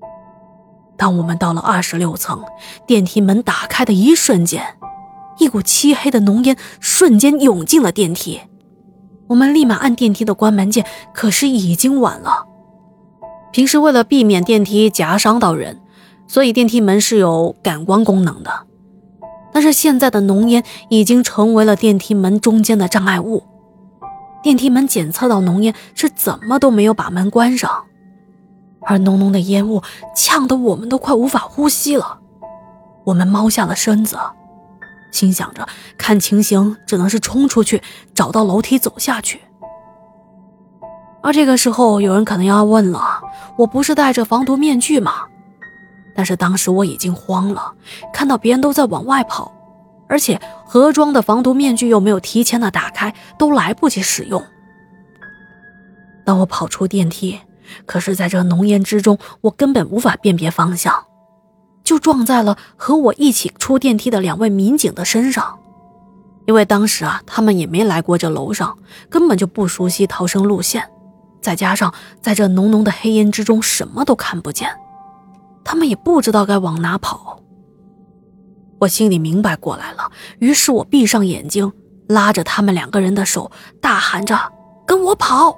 当我们到了26层，电梯门打开的一瞬间，一股漆黑的浓烟瞬间涌进了电梯。我们立马按电梯的关门键，可是已经晚了。平时为了避免电梯夹伤到人，所以电梯门是有感光功能的。但是现在的浓烟已经成为了电梯门中间的障碍物。电梯门检测到浓烟是怎么都没有把门关上，而浓浓的烟雾呛得我们都快无法呼吸了。我们猫下了身子，心想着看情形只能是冲出去找到楼梯走下去。而这个时候有人可能要问了，我不是戴着防毒面具吗？但是当时我已经慌了，看到别人都在往外跑，而且盒装的防毒面具又没有提前的打开，都来不及使用。当我跑出电梯，可是在这浓烟之中，我根本无法辨别方向，就撞在了和我一起出电梯的2位民警的身上。因为当时他们也没来过这楼上，根本就不熟悉逃生路线，再加上在这浓浓的黑烟之中什么都看不见，他们也不知道该往哪跑。我心里明白过来了，于是我闭上眼睛，拉着他们2个人的手，大喊着跟我跑。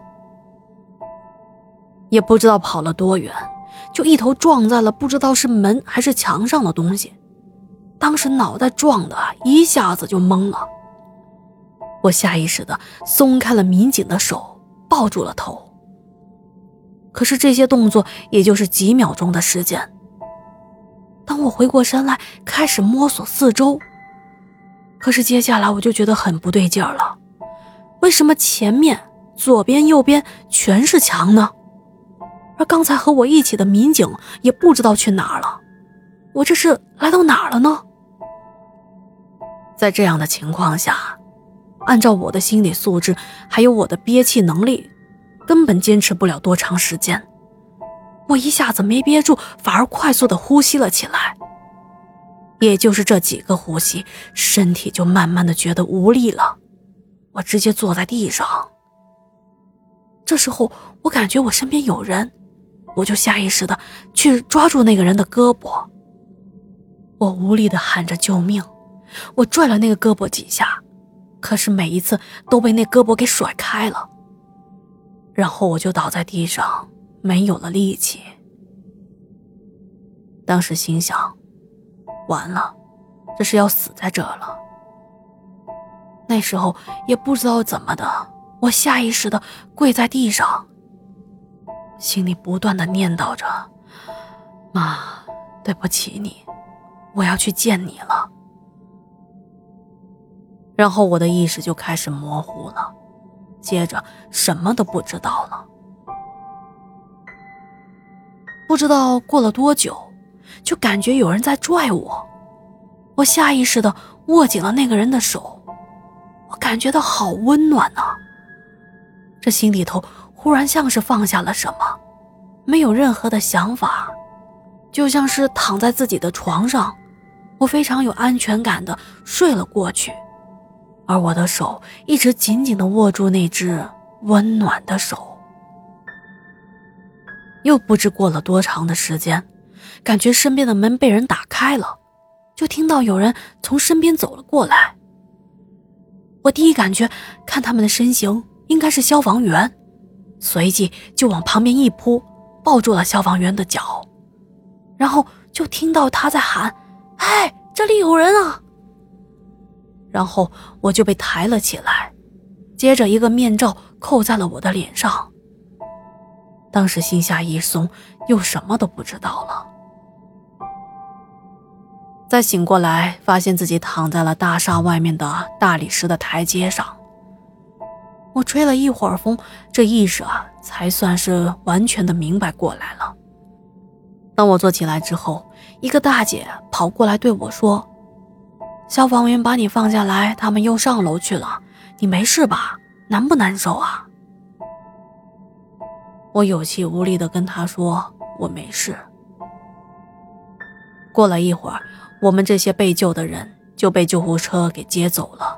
也不知道跑了多远，就一头撞在了不知道是门还是墙上的东西。当时脑袋撞的一下子就懵了，我下意识的松开了民警的手，抱住了头。可是这些动作也就是几秒钟的时间。当我回过身来开始摸索四周，可是接下来我就觉得很不对劲儿了。为什么前面、左边、右边全是墙呢？而刚才和我一起的民警也不知道去哪儿了，我这是来到哪儿了呢？在这样的情况下，按照我的心理素质还有我的憋气能力，根本坚持不了多长时间。我一下子没憋住，反而快速地呼吸了起来。也就是这几个呼吸，身体就慢慢地觉得无力了，我直接坐在地上。这时候我感觉我身边有人，我就下意识地去抓住那个人的胳膊。我无力地喊着救命，我拽了那个胳膊几下，可是每一次都被那胳膊给甩开了，然后我就倒在地上，没有了力气。当时心想，完了，这是要死在这儿了。那时候也不知道怎么的，我下意识地跪在地上，心里不断地念叨着，妈，对不起你，我要去见你了。然后我的意识就开始模糊了，接着什么都不知道了。不知道过了多久，就感觉有人在拽我，我下意识地握紧了那个人的手，我感觉到好温暖啊。这心里头忽然像是放下了什么，没有任何的想法，就像是躺在自己的床上，我非常有安全感地睡了过去，而我的手一直紧紧地握住那只温暖的手。又不知过了多长的时间，感觉身边的门被人打开了，就听到有人从身边走了过来。我第一感觉看他们的身形应该是消防员，随即就往旁边一扑，抱住了消防员的脚，然后就听到他在喊，哎，这里有人啊。然后我就被抬了起来，接着一个面罩扣在了我的脸上。当时心下一松，又什么都不知道了。再醒过来，发现自己躺在了大厦外面的大理石的台阶上。我吹了一会儿风，这意识才算是完全的明白过来了。当我坐起来之后，一个大姐跑过来对我说，消防员把你放下来，他们又上楼去了，你没事吧？难不难受啊？我有气无力地跟她说，我没事。过了一会儿，我们这些被救的人就被救护车给接走了。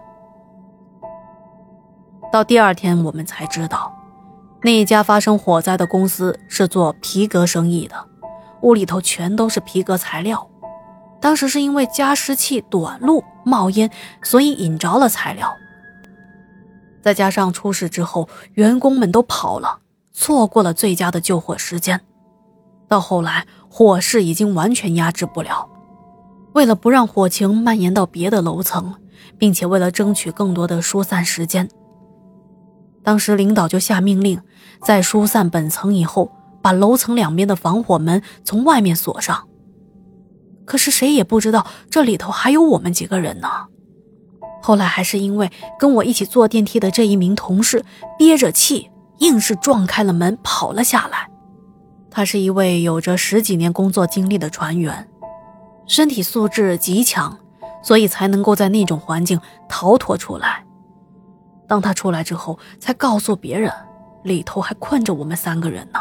到第二天我们才知道，那一家发生火灾的公司是做皮革生意的， 屋里头全都是皮革材料。当时是因为加湿器短路冒烟，所以引着了材料。再加上出事之后员工们都跑了，错过了最佳的救火时间。到后来火势已经完全压制不了，为了不让火情蔓延到别的楼层，并且为了争取更多的疏散时间，当时领导就下命令，在疏散本层以后，把楼层两边的防火门从外面锁上。可是谁也不知道这里头还有我们几个人呢。后来还是因为跟我一起坐电梯的这一名同事憋着气，硬是撞开了门跑了下来。他是一位有着10几年工作经历的船员，身体素质极强，所以才能够在那种环境逃脱出来。当他出来之后，才告诉别人里头还困着我们3个人呢。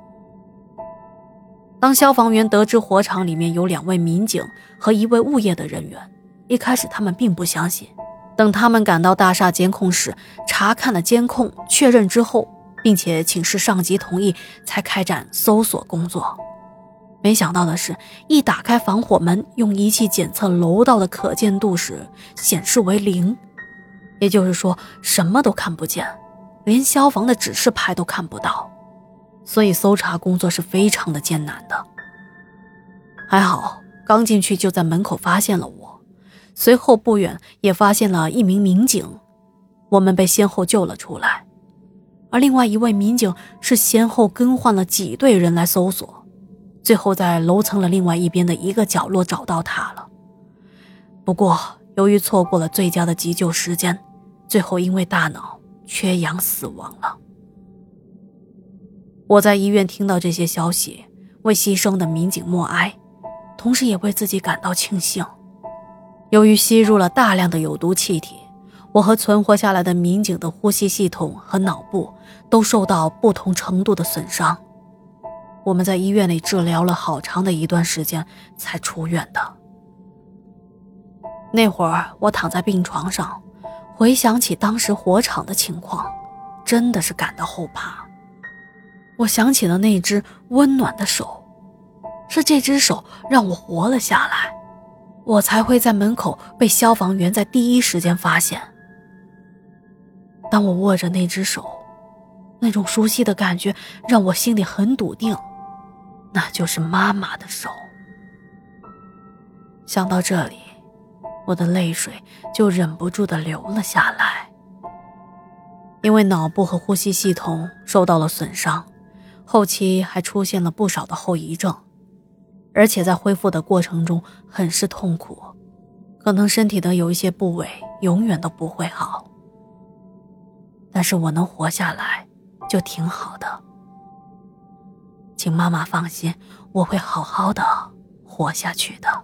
当消防员得知火场里面有2位民警和1位物业的人员，一开始他们并不相信。等他们赶到大厦监控室，查看了监控，确认之后，并且请示上级同意，才开展搜索工作。没想到的是，一打开防火门，用仪器检测楼道的可见度时，显示为0，也就是说什么都看不见，连消防的指示牌都看不到。所以搜查工作是非常的艰难的。还好刚进去就在门口发现了我，随后不远也发现了1名民警，我们被先后救了出来。而另外1位民警是先后更换了几队人来搜索，最后在楼层的另外一边的一个角落找到他了。不过由于错过了最佳的急救时间，最后因为大脑缺氧死亡了。我在医院听到这些消息，为牺牲的民警默哀，同时也为自己感到庆幸。由于吸入了大量的有毒气体，我和存活下来的民警的呼吸系统和脑部都受到不同程度的损伤。我们在医院里治疗了好长的一段时间才出院的。那会儿我躺在病床上，回想起当时火场的情况，真的是感到后怕。我想起了那只温暖的手，是这只手让我活了下来，我才会在门口被消防员在第一时间发现。当我握着那只手，那种熟悉的感觉让我心里很笃定，那就是妈妈的手。想到这里，我的泪水就忍不住地流了下来。因为脑部和呼吸系统受到了损伤，后期还出现了不少的后遗症，而且在恢复的过程中很是痛苦，可能身体的有一些部位永远都不会好。但是我能活下来就挺好的，请妈妈放心，我会好好的活下去的。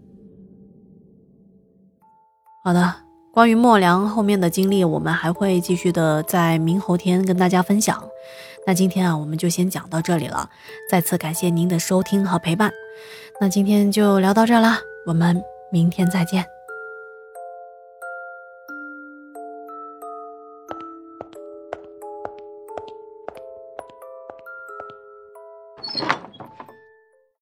好的，关于莫良后面的经历，我们还会继续的在明后天跟大家分享。那今天我们就先讲到这里了，再次感谢您的收听和陪伴。那今天就聊到这儿啦，我们明天再见。